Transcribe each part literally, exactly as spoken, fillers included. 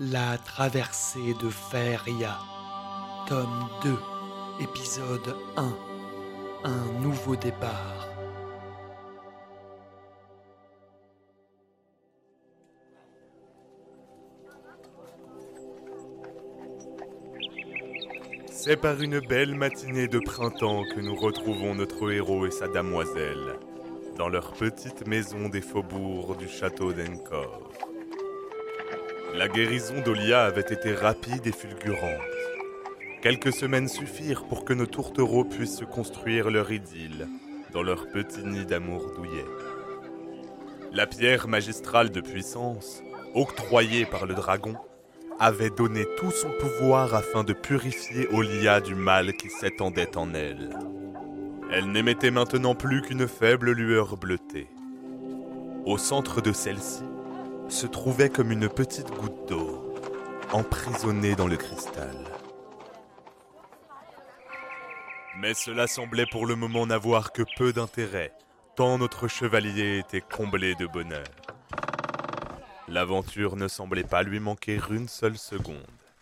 La traversée de Faeria, tome deux, épisode un, un nouveau départ. C'est par une belle matinée de printemps que nous retrouvons notre héros et sa damoiselle dans leur petite maison des faubourgs du château d'Encor. La guérison d'Olia avait été rapide et fulgurante. Quelques semaines suffirent pour que nos tourtereaux puissent se construire leur idylle dans leur petit nid d'amour douillet. La pierre magistrale de puissance, octroyée par le dragon, avait donné tout son pouvoir afin de purifier Olia du mal qui s'étendait en elle. Elle n'émettait maintenant plus qu'une faible lueur bleutée. Au centre de celle-ci se trouvait comme une petite goutte d'eau, emprisonnée dans le cristal. Mais cela semblait pour le moment n'avoir que peu d'intérêt, tant notre chevalier était comblé de bonheur. L'aventure ne semblait pas lui manquer une seule seconde.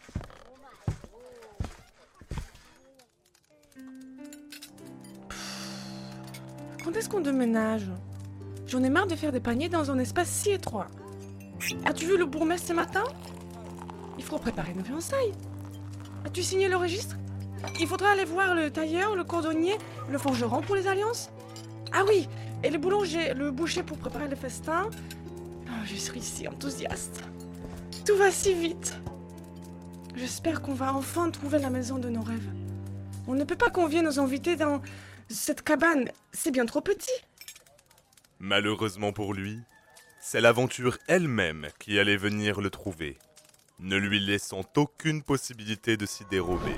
Quand est-ce qu'on déménage ? J'en ai marre de faire des paniers dans un espace si étroit. As-tu vu le bourgmestre ce matin ? Il faut préparer nos fiançailles. As-tu signé le registre ? Il faudra aller voir le tailleur, le cordonnier, le forgeron pour les alliances. Ah oui, et le boulanger, le boucher pour préparer le festin. Oh, je suis si enthousiaste. Tout va si vite. J'espère qu'on va enfin trouver la maison de nos rêves. On ne peut pas convier nos invités dans cette cabane, c'est bien trop petit. Malheureusement pour lui, c'est l'aventure elle-même qui allait venir le trouver, ne lui laissant aucune possibilité de s'y dérober.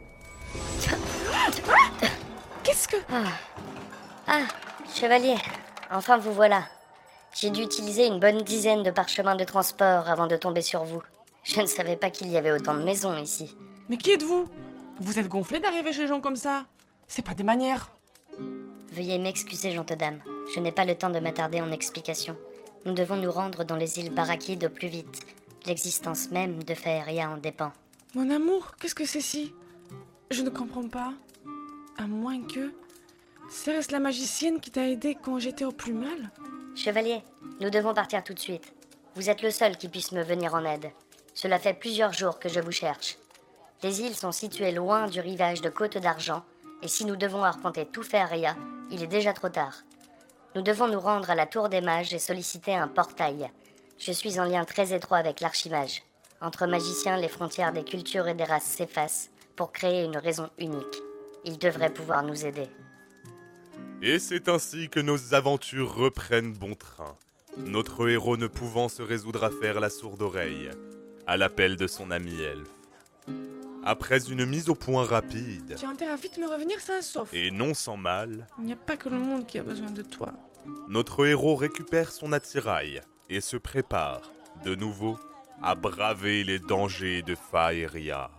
Qu'est-ce que... Ah. ah, chevalier, enfin vous voilà. J'ai dû utiliser une bonne dizaine de parchemins de transport avant de tomber sur vous. Je ne savais pas qu'il y avait autant de maisons ici. Mais qui êtes-vous ? Vous êtes gonflé d'arriver chez les gens comme ça ? C'est pas des manières. Veuillez m'excuser, gentes dames. Je n'ai pas le temps de m'attarder en explications. Nous devons nous rendre dans les îles Barakides au plus vite. L'existence même de Faeria en dépend. Mon amour, qu'est-ce que c'est ci ? Je ne comprends pas. À moins que... Cérès la magicienne qui t'a aidé quand j'étais au plus mal ? Chevalier, nous devons partir tout de suite. Vous êtes le seul qui puisse me venir en aide. Cela fait plusieurs jours que je vous cherche. Les îles sont situées loin du rivage de Côte d'Argent, et si nous devons arpenter tout Faeria, il est déjà trop tard. Nous devons nous rendre à la Tour des Mages et solliciter un portail. Je suis en lien très étroit avec l'archimage. Entre magiciens, les frontières des cultures et des races s'effacent pour créer une raison unique. Il devrait pouvoir nous aider. Et c'est ainsi que nos aventures reprennent bon train, notre héros ne pouvant se résoudre à faire la sourde oreille à l'appel de son ami elfe. Après une mise au point rapide, Tu as intérêt à vite me revenir sain sauf. et non sans mal, Il n'y a pas que le monde qui a besoin de toi. notre héros récupère son attirail et se prépare, de nouveau, à braver les dangers de Faeria.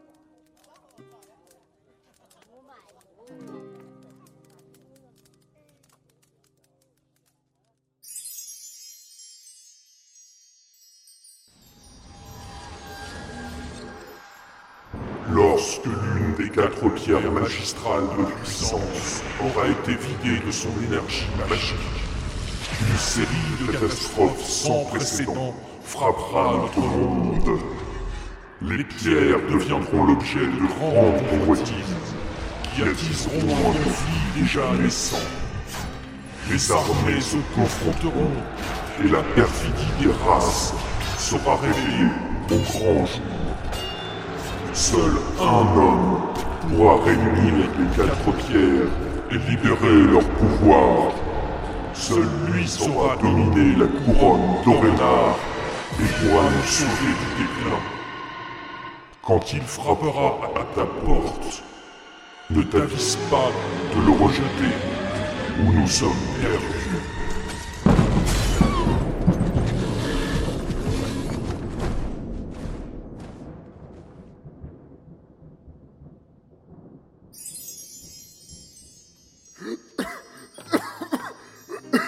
Lorsque l'une des quatre pierres magistrales de puissance aura été vidée de son énergie magique, une série de catastrophes sans précédent frappera notre monde. Les pierres deviendront l'objet de grandes convoitises qui attiseront un conflit déjà naissant. Les armées se confronteront et la perfidie des races sera réveillée au grand jour. Seul un homme pourra réunir les quatre pierres et libérer leur pouvoir. Seul lui saura dominer la couronne d'Orénar et pourra nous sauver du déclin. Quand il frappera à ta porte, ne t'avise pas de le rejeter, ou nous sommes perdus.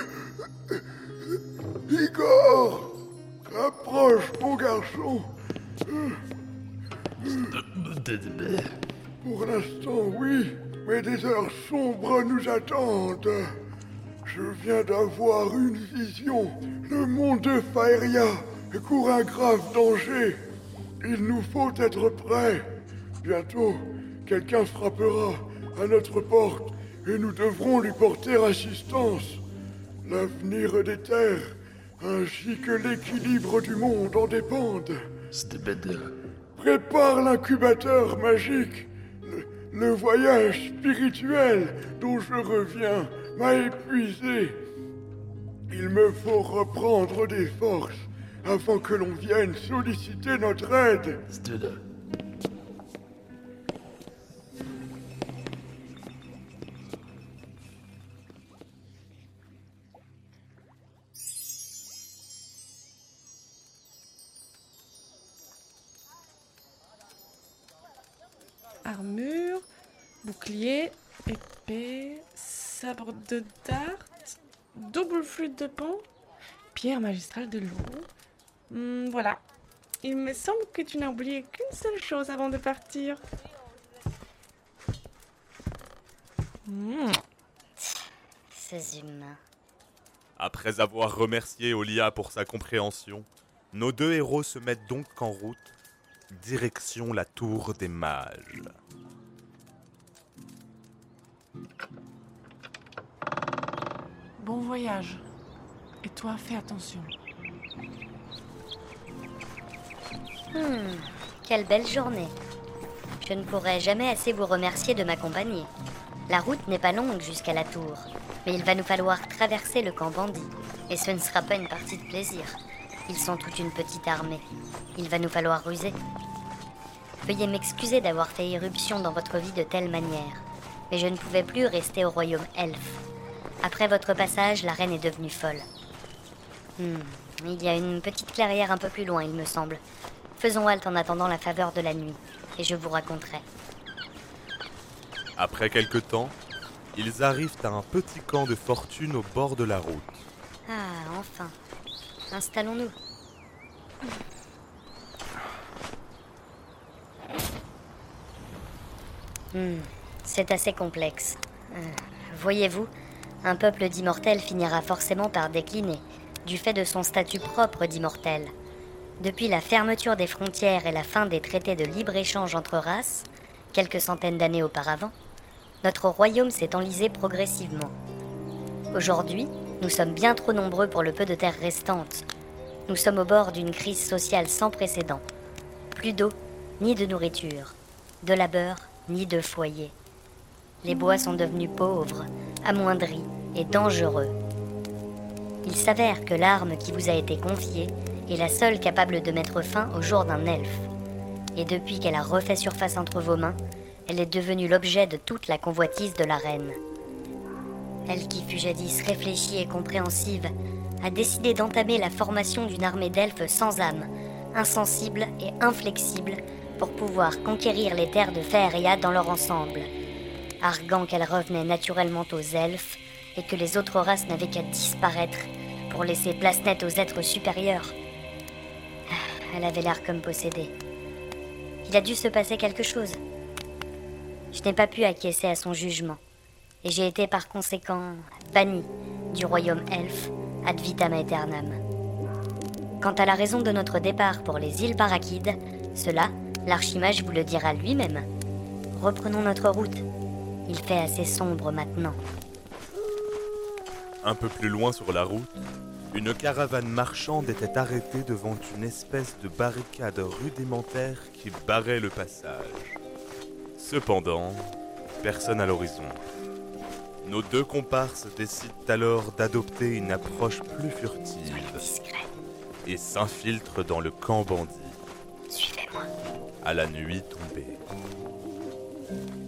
Igor, approche, mon garçon. m'attendent. Je viens d'avoir une vision. Le monde de Faeria court un grave danger. Il nous faut être prêts. Bientôt, quelqu'un frappera à notre porte et nous devrons lui porter assistance. L'avenir des terres ainsi que l'équilibre du monde en dépendent. Prépare l'incubateur magique. Le, le voyage spirituel dont je reviens m'a épuisé. Il me faut reprendre des forces avant que l'on vienne solliciter notre aide. Armure, bouclier, épée, sabre de dart, double flûte de pan, pierre magistrale de l'eau. Hmm, voilà. Il me semble que tu n'as oublié qu'une seule chose avant de partir. Hmm. Ces humains. Après avoir remercié Olia pour sa compréhension, nos deux héros se mettent donc en route, direction la tour des mages. Bon voyage. Et toi, fais attention. Hmm, quelle belle journée. Je ne pourrai jamais assez vous remercier de m'accompagner. La route n'est pas longue jusqu'à la tour, mais il va nous falloir traverser le camp bandit. Et ce ne sera pas une partie de plaisir. Ils sont toute une petite armée. Il va nous falloir ruser. Veuillez m'excuser d'avoir fait irruption dans votre vie de telle manière, mais je ne pouvais plus rester au royaume elfe. Après votre passage, la reine est devenue folle. Hmm, il y a une petite clairière un peu plus loin, il me semble. Faisons halte en attendant la faveur de la nuit, et je vous raconterai. Après quelque temps, ils arrivent à un petit camp de fortune au bord de la route. Ah, enfin. Installons-nous. Hmm, c'est assez complexe. Euh, voyez-vous, un peuple d'immortels finira forcément par décliner, du fait de son statut propre d'immortel. Depuis la fermeture des frontières et la fin des traités de libre-échange entre races, quelques centaines d'années auparavant, notre royaume s'est enlisé progressivement. Aujourd'hui, nous sommes bien trop nombreux pour le peu de terre restante. Nous sommes au bord d'une crise sociale sans précédent. Plus d'eau, ni de nourriture. De labeur, ni de foyer. Les bois sont devenus pauvres, amoindris et dangereux. Il s'avère que l'arme qui vous a été confiée est la seule capable de mettre fin au jour d'un elfe. Et depuis qu'elle a refait surface entre vos mains, elle est devenue l'objet de toute la convoitise de la reine. Elle qui fut jadis réfléchie et compréhensive, a décidé d'entamer la formation d'une armée d'elfes sans âme, insensible et inflexible, pour pouvoir conquérir les terres de Faeria dans leur ensemble, arguant qu'elle revenait naturellement aux elfes et que les autres races n'avaient qu'à disparaître pour laisser place nette aux êtres supérieurs. Elle avait l'air comme possédée. Il a dû se passer quelque chose. Je n'ai pas pu acquiescer à son jugement, et j'ai été par conséquent banni du royaume elfe ad vitam aeternam. Quant à la raison de notre départ pour les îles Parakides, cela, l'archimage vous le dira lui-même. Reprenons notre route. Il fait assez sombre maintenant. Un peu plus loin sur la route, une caravane marchande était arrêtée devant une espèce de barricade rudimentaire qui barrait le passage. Cependant, personne à l'horizon. Nos deux comparses décident alors d'adopter une approche plus furtive et s'infiltrent dans le camp bandit. Suivez-moi. À la nuit tombée.